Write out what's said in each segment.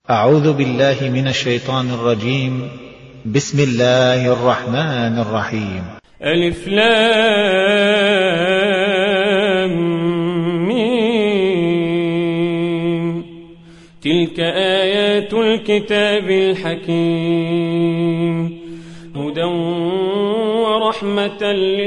أعوذ بالله من الشيطان الرجيم. بسم الله الرحمن الرحيم. ألف لام ميم. تلك آيات الكتاب الحكيم هدى ورحمة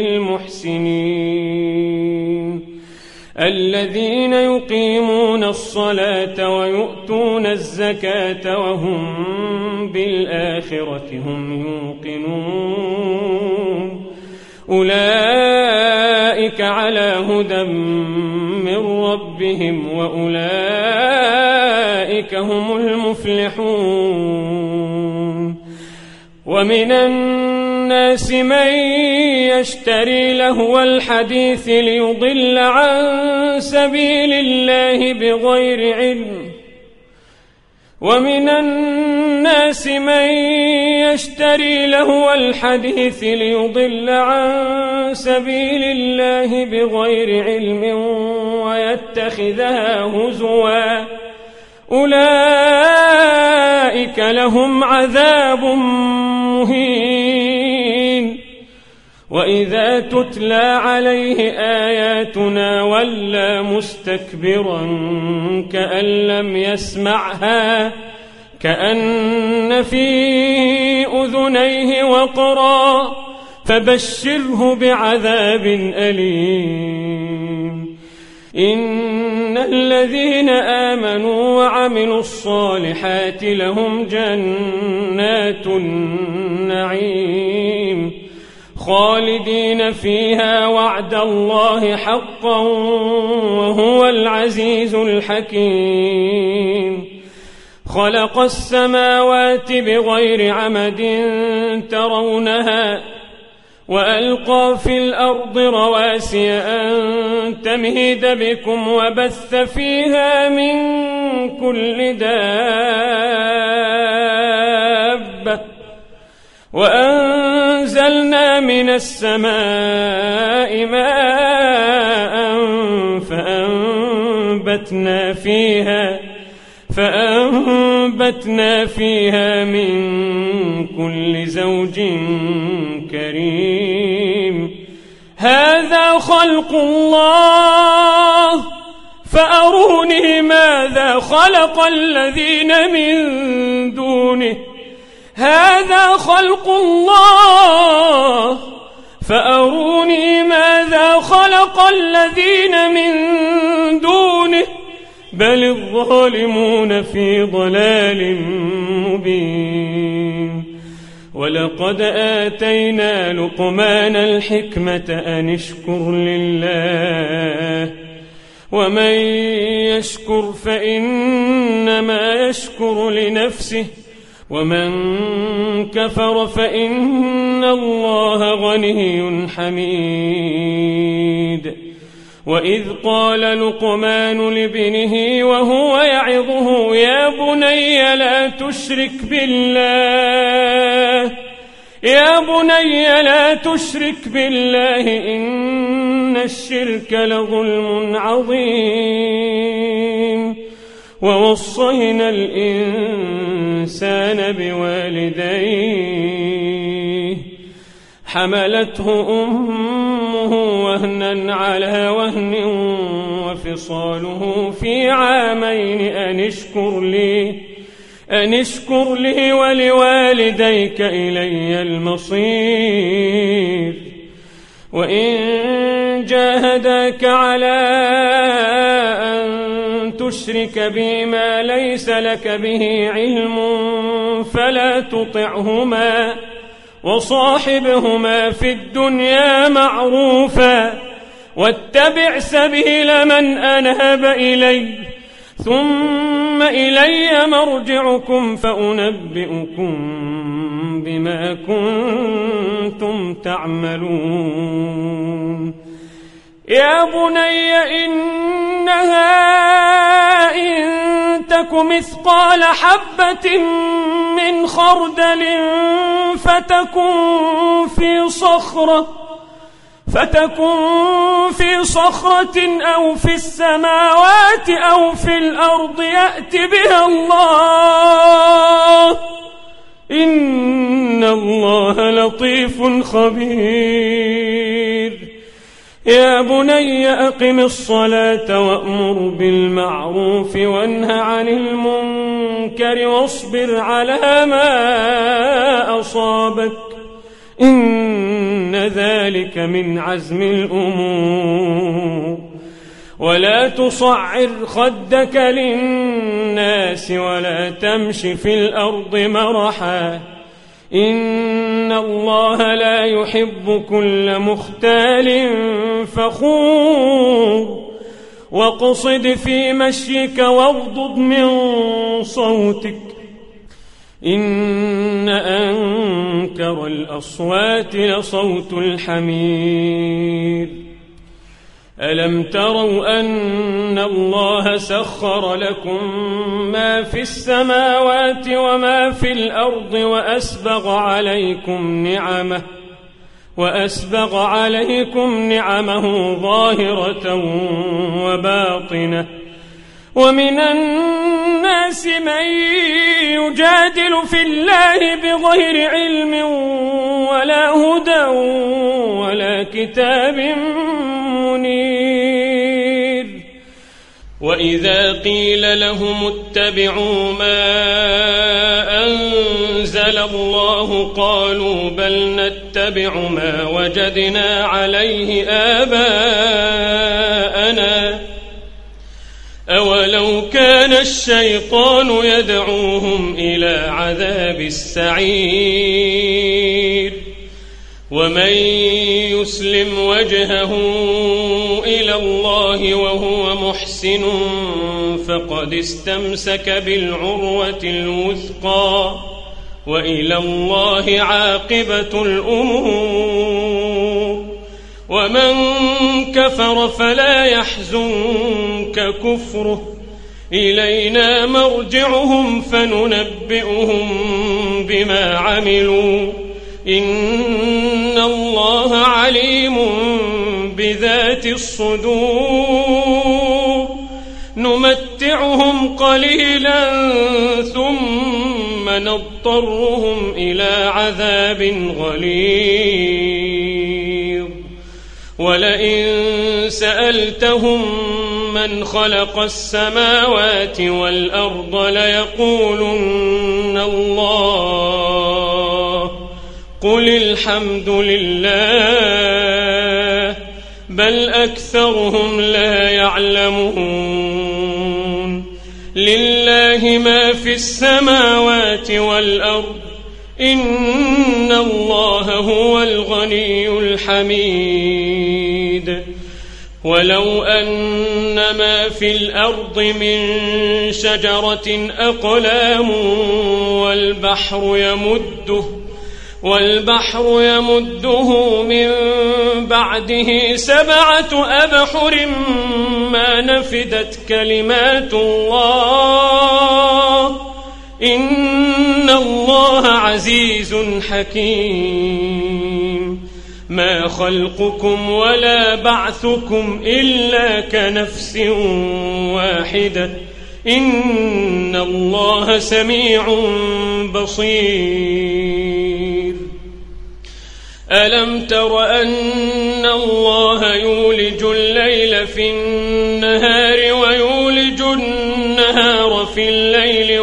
للمحسنين الذين يقيمون الصلاة ويؤتون الزكاة وهم بالآخرة هم يوقنون أولئك على هدى من ربهم وأولئك هم المفلحون. ومن الناس من يشتري لهو الحديث ليضل عن سبيل الله بغير علم ومن الناس من يشتري لهو الحديث ليضل عن سبيل الله بغير علم ويتخذها هزوا أولئك لهم عذاب مهين. وإذا تتلى عليه آياتنا ولى مستكبرا كأن لم يسمعها كأن في أذنيه وقرا فبشره بعذاب أليم. إن الذين آمنوا وعملوا الصالحات لهم جنات النعيم خالدين فيها وعد الله حقا وهو العزيز الحكيم. خلق السماوات بغير عمد ترونها وألقى في الأرض رواسي أن تمهد بكم وبث فيها من كل دابة وأنزلنا من السماء ماء فأنبتنا فيها من كل زوج كريم. هذا خلق الله فأروني ماذا خلق الذين من دونه. هذا خلق الله فأروني ماذا خلق الذين من دونه بل الظالمون في ضلال مبين. ولقد آتينا لقمان الحكمة أن اشكر لله ومن يشكر فإنما يشكر لنفسه ومن كفر فإن الله غني حميد. وإذ قال لقمان لابنه وهو يعظه يا بني لا تشرك بالله إن الشرك لظلم عظيم. ووصينا الإنسان بوالديه حملته أمه وهنا على وهن وفصاله في عامين أن اشكر لي ولوالديك إلي المصير. وإن جاهداك على أن تشرك بي ما ليس لك به علم فلا تطعهما وصاحبهما في الدنيا معروفا واتبع سبيل من أناب إلي ثم إلي مرجعكم فأنبئكم بما كنتم تعملون. يا بني إنها إن تك مثقال حبة من خردل فتكن في صخرة أو في السماوات أو في الأرض يأت بها الله خبير. يا بني أقم الصلاة وأمر بالمعروف وانه عن المنكر واصبر على ما أصابك إن ذلك من عزم الأمور. ولا تصعر خدك للناس ولا تمش في الأرض مرحا إن الله لا يحب كل مختال فخور. واقصد في مشيك واغضض من صوتك إن أنكر الأصوات لصوت الحمير. ألم تروا أن الله سخر لكم ما في السماوات وما في الأرض وأسبغ عليكم نعمه ظاهرة وباطنة ومن الناس من يجادل في الله بغير علم ولا هدى ولا كتاب منير. وإذا قيل لهم اتبعوا ما أنزل الله قالوا بل نتبع ما وجدنا عليه آباءنا أولو كان الشيطان يدعوهم إلى عذاب السعير. ومن يسلم وجهه إلى الله وهو محسن فقد استمسك بالعروة الوثقى وإلى الله عاقبة الأمور. ومن كفر فلا يحزنك كفره إلينا مرجعهم فننبئهم بما عملوا إن الله عليم بذات الصدور. نمتعهم قليلا ثم نضطرهم إلى عذاب غليظ. ولئن سألتهم من خلق السماوات والأرض ليقولن الله قل الحمد لله بل أكثرهم لا يعلمون. لله ما في السماوات والأرض إن الله هو الغني الحميد. ولو أن ما في الأرض من شجرة أقلام والبحر يمده من بعده 7 أبحر ما نفدت كلمات الله إن الله عزيز حكيم. ما خلقكم ولا بعثكم إلا كنفس واحدة إن الله سميع بصير. ألم تر أن الله يولج الليل في النهار ويولج النهار في الليل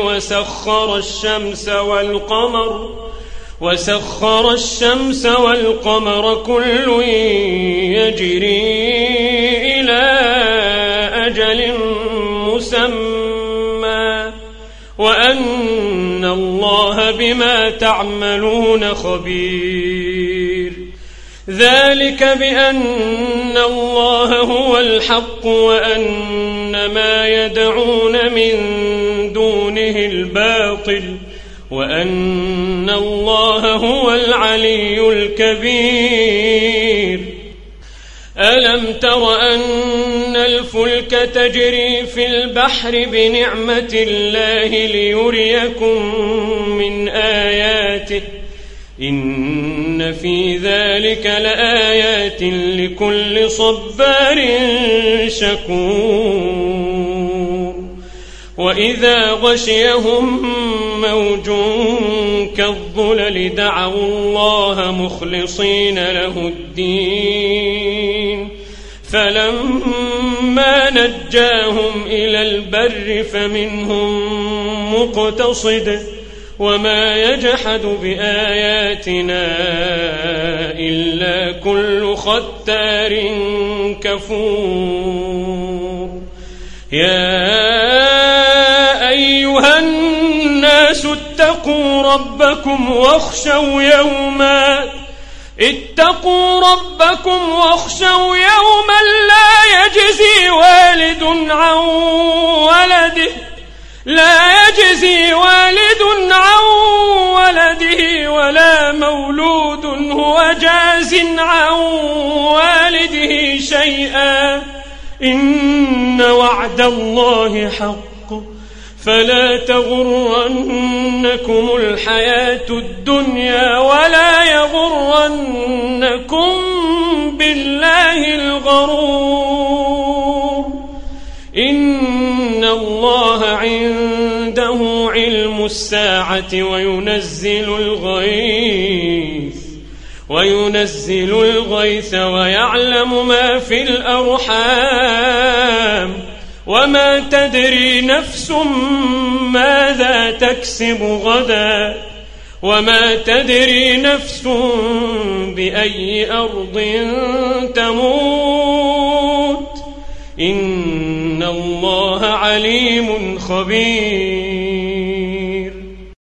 وسخر الشمس والقمر كل يجري إلى أجل مسمى وأن الله بما تعملون خبير. ذلك بأن الله هو الحق وأن ما يدعون من دونه الباطل وأن الله هو العلي الكبير. ألم تر أن الفلك تجري في البحر بنعمة الله ليريكم من آياته إن في ذلك لآيات لكل صبار شكور. وإذا غشيهم موج كالظلل دعوا الله مخلصين له الدين فلما نجاهم إلى البر فمنهم مقتصد وما يجحد بآياتنا إلا كل ختار كفور. يا أيها الناس اتقوا ربكم واخشوا يوما لا يجزي والد عن ولده ولا مولود هو جاز عن والده شيئا إن وعد الله حق فلا تغرنكم الحياة الدنيا ولا يغرنكم بالله الغرور. إن الله عنده علم الساعة وينزل الغيث ويعلم ما في الأرحام وما تدري نفس ماذا تكسب غدا وما تدري نفس بأي أرض تموت إن الله عليم خبير.